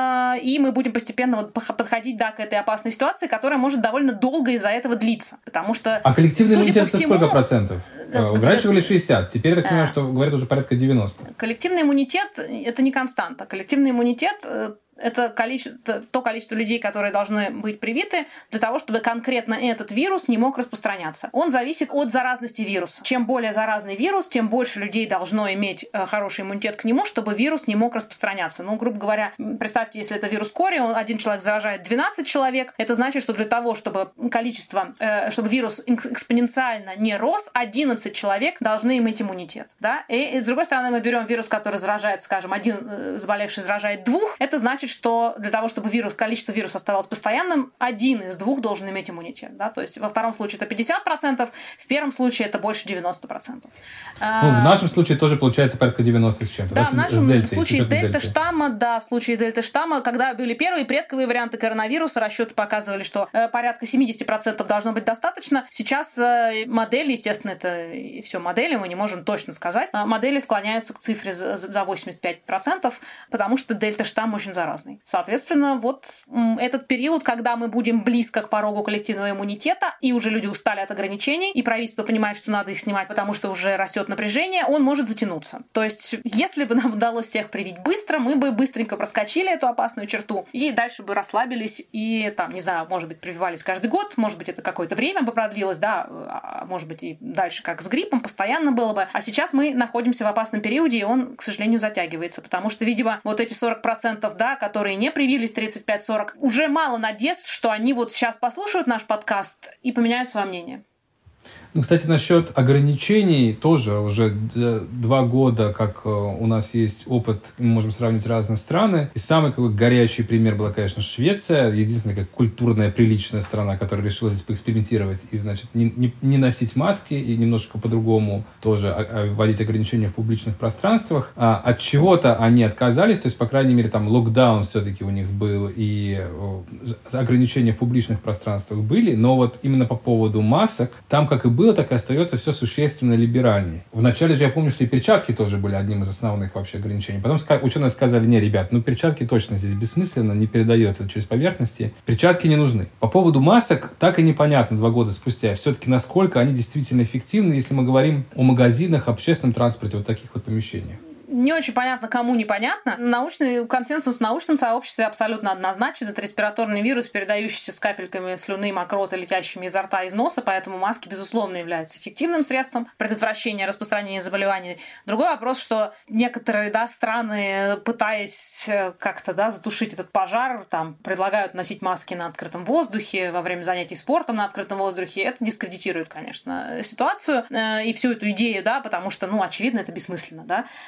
и мы будем постепенно вот подходить, да, к этой опасной ситуации, которая может довольно долго из-за этого длиться, потому что... А коллективный иммунитет это всему... сколько процентов? Раньше говорили шестьдесят, теперь, я так понимаю, что говорят уже порядка девяносто. Коллективный иммунитет — это не константа. Коллективный иммунитет — это количество, то количество людей, которые должны быть привиты для того, чтобы конкретно этот вирус не мог распространяться. Он зависит от заразности вируса. Чем более заразный вирус, тем больше людей должно иметь хороший иммунитет к нему, чтобы вирус не мог распространяться. Ну, грубо говоря, представьте, если это вирус кори, один человек заражает двенадцать человек, это значит, что для того, чтобы количество, чтобы вирус экспоненциально не рос, одиннадцать человек должны иметь иммунитет. Да? И, и с другой стороны, мы берем вирус, который заражает, скажем, один заболевший заражает двух, это значит, что для того, чтобы вирус, количество вируса оставалось постоянным, один из двух должен иметь иммунитет. Да? То есть во втором случае это пятьдесят процентов, в первом случае это больше девяносто процентов. Ну, в нашем случае тоже получается порядка девяносто с чем-то. Да, да? в нашем дельтой, случае дельта-штамма, да, в случае дельта-штамма, когда были первые предковые варианты коронавируса, расчеты показывали, что э, порядка семьдесят процентов должно быть достаточно. Сейчас э, модели, естественно, это и все модели, мы не можем точно сказать, э, модели склоняются к цифре за, за восемьдесят пять процентов, потому что дельта-штамм очень заразный. Соответственно, вот этот период, когда мы будем близко к порогу коллективного иммунитета, и уже люди устали от ограничений, и правительство понимает, что надо их снимать, потому что уже растет напряжение, он может затянуться. То есть, если бы нам удалось всех привить быстро, мы бы быстренько проскочили эту опасную черту, и дальше бы расслабились, и там, не знаю, может быть, прививались каждый год, может быть, это какое-то время бы продлилось, да, а может быть, и дальше, как с гриппом, постоянно было бы. А сейчас мы находимся в опасном периоде, и он, к сожалению, затягивается, потому что, видимо, вот эти сорок процентов, да, которые не привились, тридцать пять сорок, уже мало надежд, что они вот сейчас послушают наш подкаст и поменяют свое мнение. Ну, кстати, насчет ограничений тоже уже два года, как у нас есть опыт, мы можем сравнивать разные страны. И самый какой горячий пример была, конечно, Швеция. Единственная как культурная, приличная страна, которая решила здесь поэкспериментировать и, значит, не, не, не носить маски и немножко по-другому тоже вводить ограничения в публичных пространствах. А от чего-то они отказались, то есть, по крайней мере, там локдаун все-таки у них был и ограничения в публичных пространствах были, но вот именно по поводу масок, там, как и было, было, так и остается все существенно либеральнее. Вначале же я помню, что и перчатки тоже были одним из основных вообще ограничений. Потом ученые сказали: не, ребят, ну перчатки точно здесь бессмысленно, не передается через поверхности. Перчатки не нужны. По поводу масок так и непонятно два года спустя все-таки, насколько они действительно эффективны, если мы говорим о магазинах, общественном транспорте, вот таких вот помещениях. Не очень понятно, кому непонятно. Научный консенсус в научном сообществе абсолютно однозначен. Это респираторный вирус, передающийся с капельками слюны, мокроты, летящими изо рта, из носа, поэтому маски, безусловно, являются эффективным средством предотвращения распространения заболеваний. Другой вопрос, что некоторые, да, страны, пытаясь как-то, да, затушить этот пожар, там, предлагают носить маски на открытом воздухе, во время занятий спортом на открытом воздухе. Это дискредитирует, конечно, ситуацию и всю эту идею, да, потому что, ну, очевидно, это бессмысленно, да.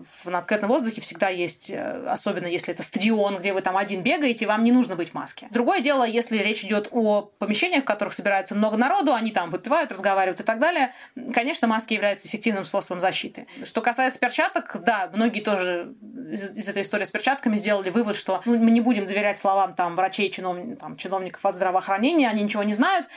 в открытом воздухе всегда есть, особенно если это стадион, где вы там один бегаете, вам не нужно быть в маске. Другое дело, если речь идет о помещениях, в которых собирается много народу, они там выпивают, разговаривают и так далее, конечно, маски являются эффективным способом защиты. Что касается перчаток, да, многие тоже из, из этой истории с перчатками сделали вывод, что ну, мы не будем доверять словам там, врачей, чинов, там, чиновников от здравоохранения, они ничего не знают.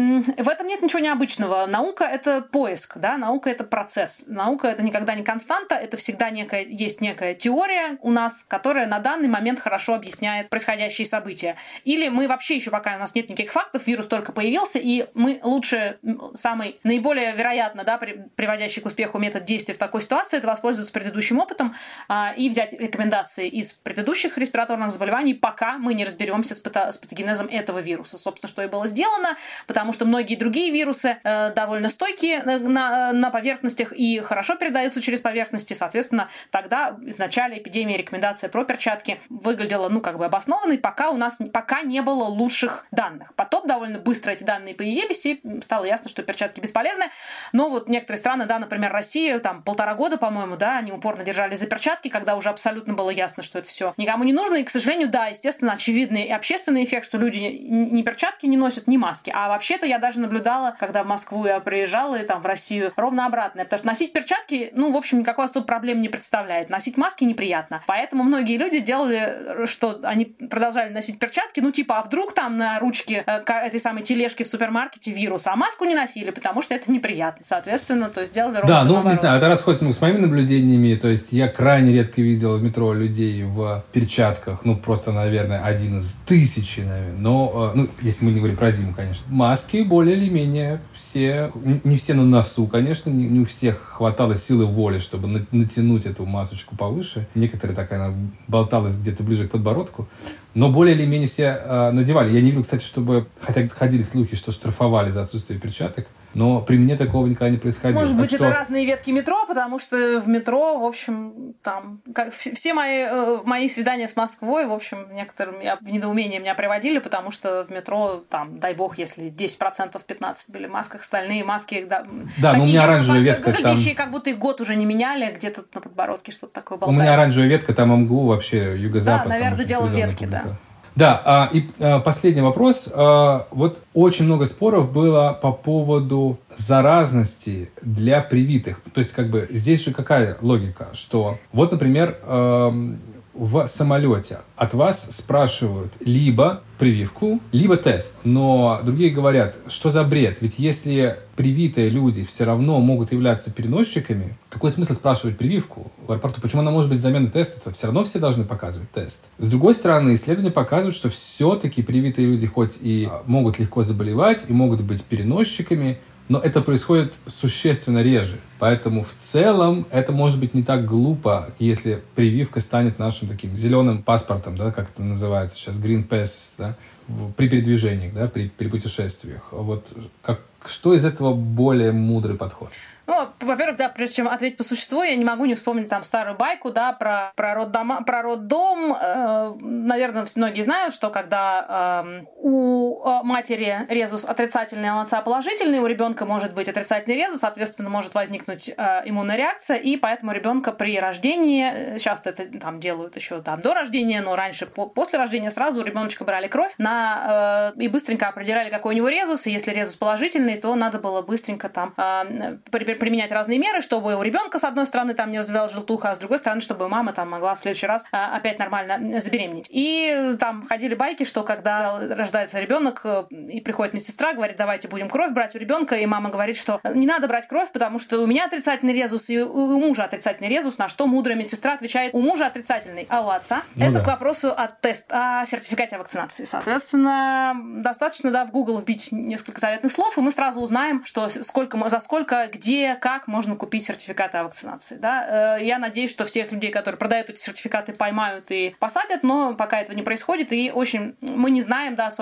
В этом нет ничего необычного. Наука — это поиск, да, наука — это процесс. Наука — это никогда не константа, это всегда некая, есть некая теория у нас, которая на данный момент хорошо объясняет происходящие события. Или мы вообще еще, пока у нас нет никаких фактов, вирус только появился, и мы лучше, самый наиболее вероятно, да, приводящий к успеху метод действия в такой ситуации, это воспользоваться предыдущим опытом а, и взять рекомендации из предыдущих респираторных заболеваний, пока мы не разберемся с, пато- с патогенезом этого вируса. Собственно, что и было сделано, потому что многие другие вирусы э, довольно стойкие на, на поверхностях и хорошо передаются через поверхности. Соответственно, тогда в начале эпидемии рекомендация про перчатки выглядела, ну, как бы обоснованной, пока у нас пока не было лучших данных. Потом довольно быстро эти данные появились, и стало ясно, что перчатки бесполезны. Но вот некоторые страны, да, например, Россия, там полтора года, по-моему, да, они упорно держались за перчатки, когда уже абсолютно было ясно, что это все никому не нужно. И, к сожалению, да, естественно, очевидный и общественный эффект, что люди ни перчатки не носят, ни маски. А вообще-то я даже наблюдала, когда в Москву я приезжала и там в Россию, ровно обратное. Потому что носить перчатки, ну, в общем, никакой особой проблемы не представляет. Носить маски неприятно. Поэтому многие люди делали, что они продолжали носить перчатки, ну, типа, а вдруг там на ручке этой самой тележки в супермаркете вирус, а маску не носили, потому что это неприятно. Соответственно, то есть делали ровно Да, ну, наоборот. Не знаю, это расходится ну, с моими наблюдениями. То есть я крайне редко видел в метро людей в перчатках. Ну, просто, наверное, один из тысячи, наверное. Но, ну, если мы не говорим про зиму, конечно. Маски более или менее все, не все на носу, конечно, не, не у всех хватало силы воли, чтобы на, натянуть эту масочку повыше. Некоторые так она болталась где-то ближе к подбородку. Но более или менее все э, надевали. Я не видел, кстати, чтобы, хотя ходили слухи, что штрафовали за отсутствие перчаток, но при мне такого никогда не происходило. Может так быть, что... это разные ветки метро, потому что в метро, в общем, там как, все мои, э, мои свидания с Москвой, в общем, некоторым я, в недоумение меня приводили, потому что в метро, там, дай бог, если десять процентов, пятнадцать процентов были в масках, остальные маски, да, да, но у меня оранжевая ветка выглядящие, там... как будто их год уже не меняли, где-то на подбородке что-то такое болтается. У меня оранжевая ветка, там МГУ вообще, юго-запад. Да, наверное, дело в ветке, да. Да, а, и а, последний вопрос. А, вот очень много споров было по поводу заразности для привитых. То есть, как бы, здесь же какая логика? Что вот, например, э, в самолете от вас спрашивают либо прививку, либо тест. Но другие говорят, что за бред? Ведь если привитые люди все равно могут являться переносчиками, какой смысл спрашивать прививку в аэропорту? Почему она может быть заменой теста? Все равно все должны показывать тест. С другой стороны, исследования показывают, что все-таки привитые люди хоть и могут легко заболевать, и могут быть переносчиками, но это происходит существенно реже. Поэтому в целом это может быть не так глупо, если прививка станет нашим таким зеленым паспортом, да, как это называется сейчас, Green Pass, да, при передвижениях, да, при, при путешествиях. Вот как, что из этого более мудрый подход? Ну, во-первых, да, прежде чем ответить по существу, я не могу не вспомнить там старую байку, да, про, про, роддома, про роддом. Э, наверное, многие знают, что когда э, у матери резус отрицательный, а у отца положительный, у ребенка может быть отрицательный резус, соответственно, может возникнуть э, иммунная реакция, и поэтому ребенка при рождении, часто это там делают еще там до рождения, но раньше, по, после рождения сразу у ребеночка брали кровь на, э, и быстренько определяли, какой у него резус, и если резус положительный, то надо было быстренько там э, применять разные меры, чтобы у ребенка, с одной стороны, там не развивалась желтуха, а с другой стороны, чтобы мама там могла в следующий раз а, опять нормально забеременеть. И там ходили байки, что когда рождается ребенок и приходит медсестра, говорит, давайте будем кровь брать у ребенка, и мама говорит, что не надо брать кровь, потому что у меня отрицательный резус, и у мужа отрицательный резус, на что мудрая медсестра отвечает, у мужа отрицательный, а у отца. Ну, это да. К вопросу о тест, о сертификате о вакцинации. Соответственно, достаточно, да, в Google вбить несколько заветных слов, и мы сразу узнаем, что сколько, за сколько, где, как можно купить сертификаты о вакцинации. Да? Я надеюсь, что всех людей, которые продают эти сертификаты, поймают и посадят, но пока этого не происходит, и очень мы не знаем, да, особенно учитывая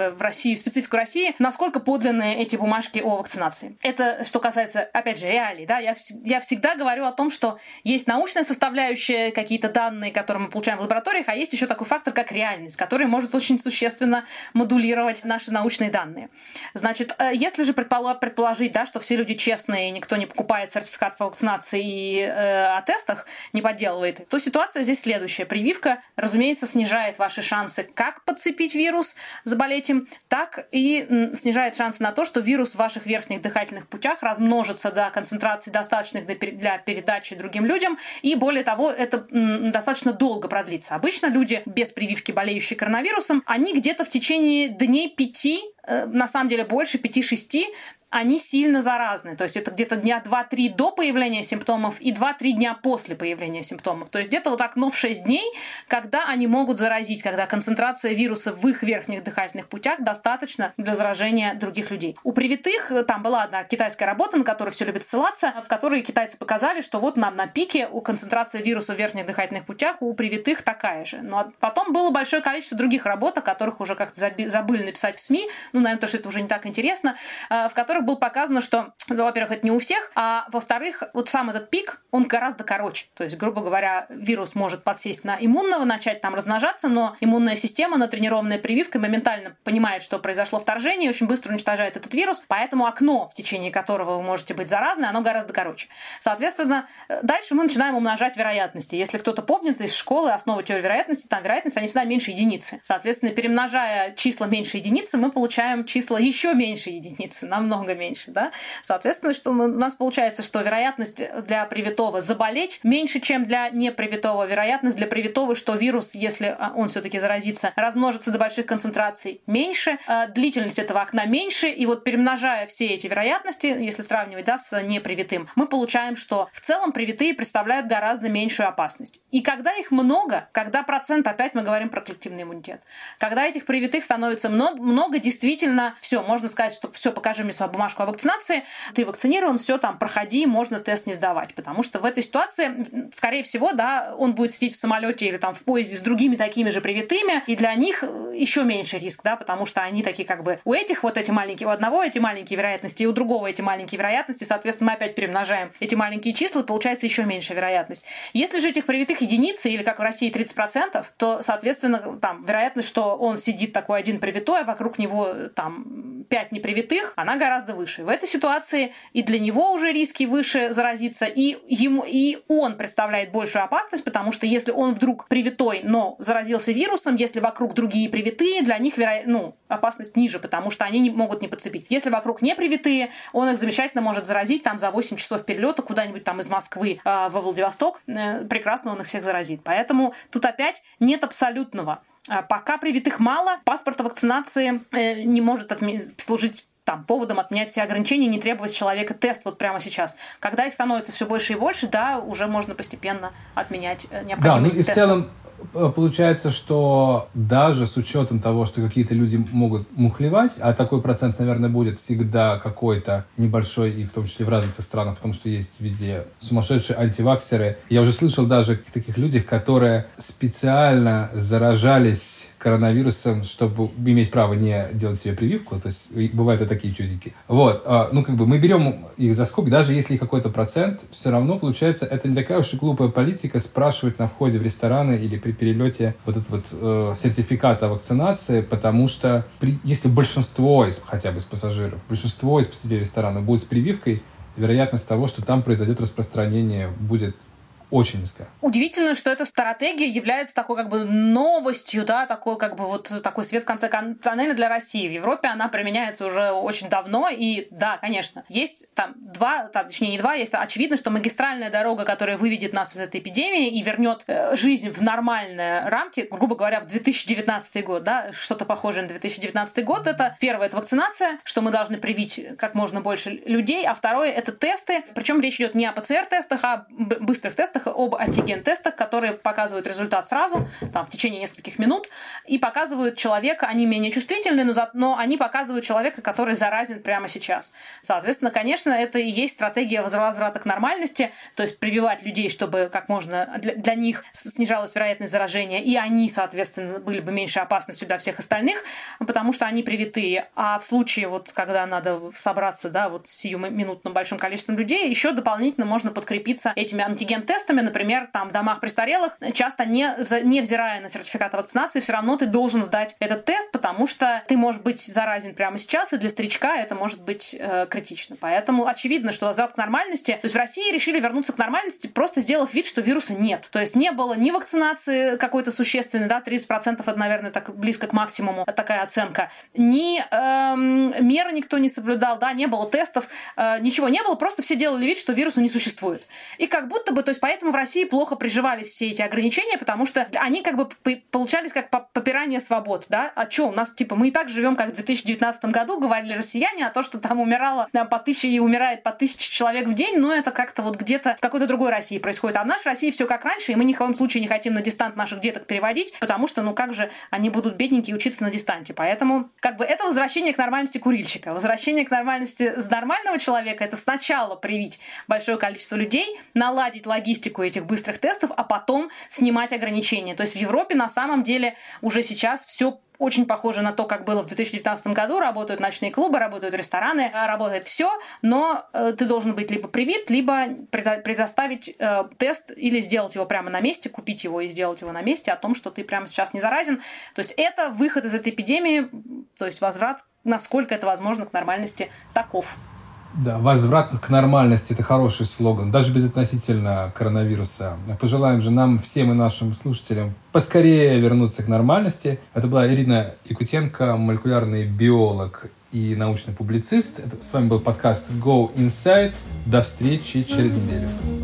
в России, в специфику России, насколько подлинны эти бумажки о вакцинации. Это что касается, опять же, реалий. Да? Я, я всегда говорю о том, что есть научная составляющая, какие-то данные, которые мы получаем в лабораториях, а есть еще такой фактор, как реальность, который может очень существенно модулировать наши научные данные. Значит, если же предположить, да, что все люди честные, никто не покупает сертификат по вакцинации и э, о тестах не подделывает, то ситуация здесь следующая. Прививка, разумеется, снижает ваши шансы как подцепить вирус, заболеть им, так и м, снижает шансы на то, что вирус в ваших верхних дыхательных путях размножится до концентраций, достаточных для передачи другим людям, и более того, это м, достаточно долго продлится. Обычно люди без прививки, болеющие коронавирусом, они где-то в течение дней пяти, э, на самом деле больше, пяти-шести, они сильно заразны. То есть это где-то дня два-три до появления симптомов и два-три дня после появления симптомов. То есть где-то вот так, ну, в шесть дней, когда они могут заразить, когда концентрация вируса в их верхних дыхательных путях достаточно для заражения других людей. У привитых, там была одна китайская работа, на которую все любят ссылаться, в которой китайцы показали, что вот нам на пике у концентрации вируса в верхних дыхательных путях у привитых такая же. Но потом было большое количество других работ, о которых уже как-то забыли написать в СМИ, ну, наверное, потому что это уже не так интересно, в которых было показано, что, ну, во-первых, это не у всех, а во-вторых, вот сам этот пик, он гораздо короче. То есть, грубо говоря, вирус может подсесть на иммунного, начать там размножаться, но иммунная система, натренированная прививкой, моментально понимает, что произошло вторжение, и очень быстро уничтожает этот вирус, поэтому окно, в течение которого вы можете быть заразны, оно гораздо короче. Соответственно, дальше мы начинаем умножать вероятности. Если кто-то помнит из школы основы теории вероятности, там вероятность, они всегда меньше единицы. Соответственно, перемножая числа меньше единицы, мы получаем числа еще меньше единицы, намного меньше, да? Соответственно, что мы, у нас получается, что вероятность для привитого заболеть меньше, чем для непривитого. Вероятность для привитого, что вирус, если он все-таки заразится, размножится до больших концентраций, меньше, длительность этого окна меньше, и вот перемножая все эти вероятности, если сравнивать, да, с непривитым, мы получаем, что в целом привитые представляют гораздо меньшую опасность. И когда их много, когда процент, опять мы говорим про коллективный иммунитет, когда этих привитых становится много, много действительно, все, можно сказать, что все, покажи мне свою бумажку о вакцинации, ты вакцинирован, все, там, проходи, можно тест не сдавать. Потому что в этой ситуации, скорее всего, да, он будет сидеть в самолете или там в поезде с другими такими же привитыми, и для них еще меньше риск, да, потому что они такие как бы у этих вот эти маленькие, у одного эти маленькие вероятности, и у другого эти маленькие вероятности, соответственно, мы опять перемножаем эти маленькие числа, и получается еще меньшая вероятность. Если же этих привитых единицы, или как в России тридцать процентов, то, соответственно, там вероятность, что он сидит такой один привитой, а вокруг него там пять непривитых, она гораздо выше. В этой ситуации и для него уже риски выше заразиться, и, ему, и он представляет большую опасность, потому что если он вдруг привитой, но заразился вирусом, если вокруг другие привитые, для них веро... ну, опасность ниже, потому что они не могут не подцепить. Если вокруг не привитые, он их замечательно может заразить там за восемь часов перелета куда-нибудь там из Москвы э, во Владивосток, э, прекрасно он их всех заразит. Поэтому тут опять нет абсолютного. Пока привитых мало, паспорт о вакцинации э, не может отме... служить там, поводом отменять все ограничения, не требовать с человека тест вот прямо сейчас. Когда их становится все больше и больше, да, уже можно постепенно отменять необходимость Да, ну и теста. в целом получается, что даже с учетом того, что какие-то люди могут мухлевать, а такой процент, наверное, будет всегда какой-то небольшой, и в том числе в развитых странах, потому что есть везде сумасшедшие антиваксеры. Я уже слышал даже о таких людях, которые специально заражались коронавирусом, чтобы иметь право не делать себе прививку. То есть бывают и такие чудики. Вот. Ну, как бы мы берем их за скобки, даже если какой-то процент, все равно, получается, это не такая уж и глупая политика спрашивать на входе в рестораны или при перелете вот этот вот э, сертификат о вакцинации, потому что при, если большинство, из, хотя бы из пассажиров, большинство из посетителей ресторана будет с прививкой, вероятность того, что там произойдет распространение, будет очень низкая. Удивительно, что эта стратегия является такой как бы новостью, да, такой как бы вот такой свет в конце тоннеля для России. В Европе она применяется уже очень давно, и да, конечно, есть там два, там, точнее не два, есть очевидно, что магистральная дорога, которая выведет нас из этой эпидемии и вернет э, жизнь в нормальные рамки, грубо говоря, в две тысячи девятнадцатый год, да, что-то похожее на две тысячи девятнадцатый год, это первое, это вакцинация, что мы должны привить как можно больше людей, а второе, это тесты, причем речь идет не о ПЦР-тестах, а о быстрых тестах, данных об антиген-тестах, которые показывают результат сразу, там, в течение нескольких минут, и показывают человека, они менее чувствительны, но, за, но они показывают человека, который заразен прямо сейчас. Соответственно, конечно, это и есть стратегия возврата к нормальности, то есть прививать людей, чтобы как можно для, для них снижалась вероятность заражения, и они, соответственно, были бы меньше опасностью для всех остальных, потому что они привитые. А в случае, вот, когда надо собраться, да, вот сиюминутным большим количеством людей, еще дополнительно можно подкрепиться этими антиген-тестами, например, там в домах престарелых, часто не, невзирая на сертификат о вакцинации, все равно ты должен сдать этот тест, потому что ты можешь быть заразен прямо сейчас, и для старичка это может быть э, критично. Поэтому очевидно, что возврат к нормальности, то есть в России решили вернуться к нормальности, просто сделав вид, что вируса нет. То есть не было ни вакцинации какой-то существенной, да, тридцать процентов это, наверное, так близко к максимуму, такая оценка, ни э, меры никто не соблюдал, да, не было тестов, э, ничего не было, просто все делали вид, что вируса не существует. И как будто бы, то есть поэтому в России плохо приживались все эти ограничения, потому что они как бы получались как попирание свобод, да, а что, у нас, типа, мы и так живем, как в две тысячи девятнадцатом году, говорили россияне, а то, что там умирало да, по тысяче и умирает по тысяче человек в день, ну, это как-то вот где-то в какой-то другой России происходит. А в нашей России все как раньше, и мы ни в коем случае не хотим на дистант наших деток переводить, потому что, ну, как же они будут бедненькие учиться на дистанте. Поэтому, как бы, это возвращение к нормальности курильщика. Возвращение к нормальности с нормального человека — это сначала привить большое количество людей, наладить логистику этих быстрых тестов, а потом снимать ограничения. То есть в Европе на самом деле уже сейчас все очень похоже на то, как было в две тысячи девятнадцатом году. Работают ночные клубы, работают рестораны, работает все, но э, ты должен быть либо привит, либо предо- предоставить э, тест или сделать его прямо на месте, купить его и сделать его на месте о том, что ты прямо сейчас не заразен. То есть это выход из этой эпидемии, то есть возврат, насколько это возможно, к нормальности таков. Да, возврат к нормальности – это хороший слоган, даже безотносительно коронавируса. Пожелаем же нам, всем и нашим слушателям, поскорее вернуться к нормальности. Это была Ирина Якутенко, молекулярный биолог и научный публицист. Это, с вами был подкаст Go Inside. До встречи через неделю.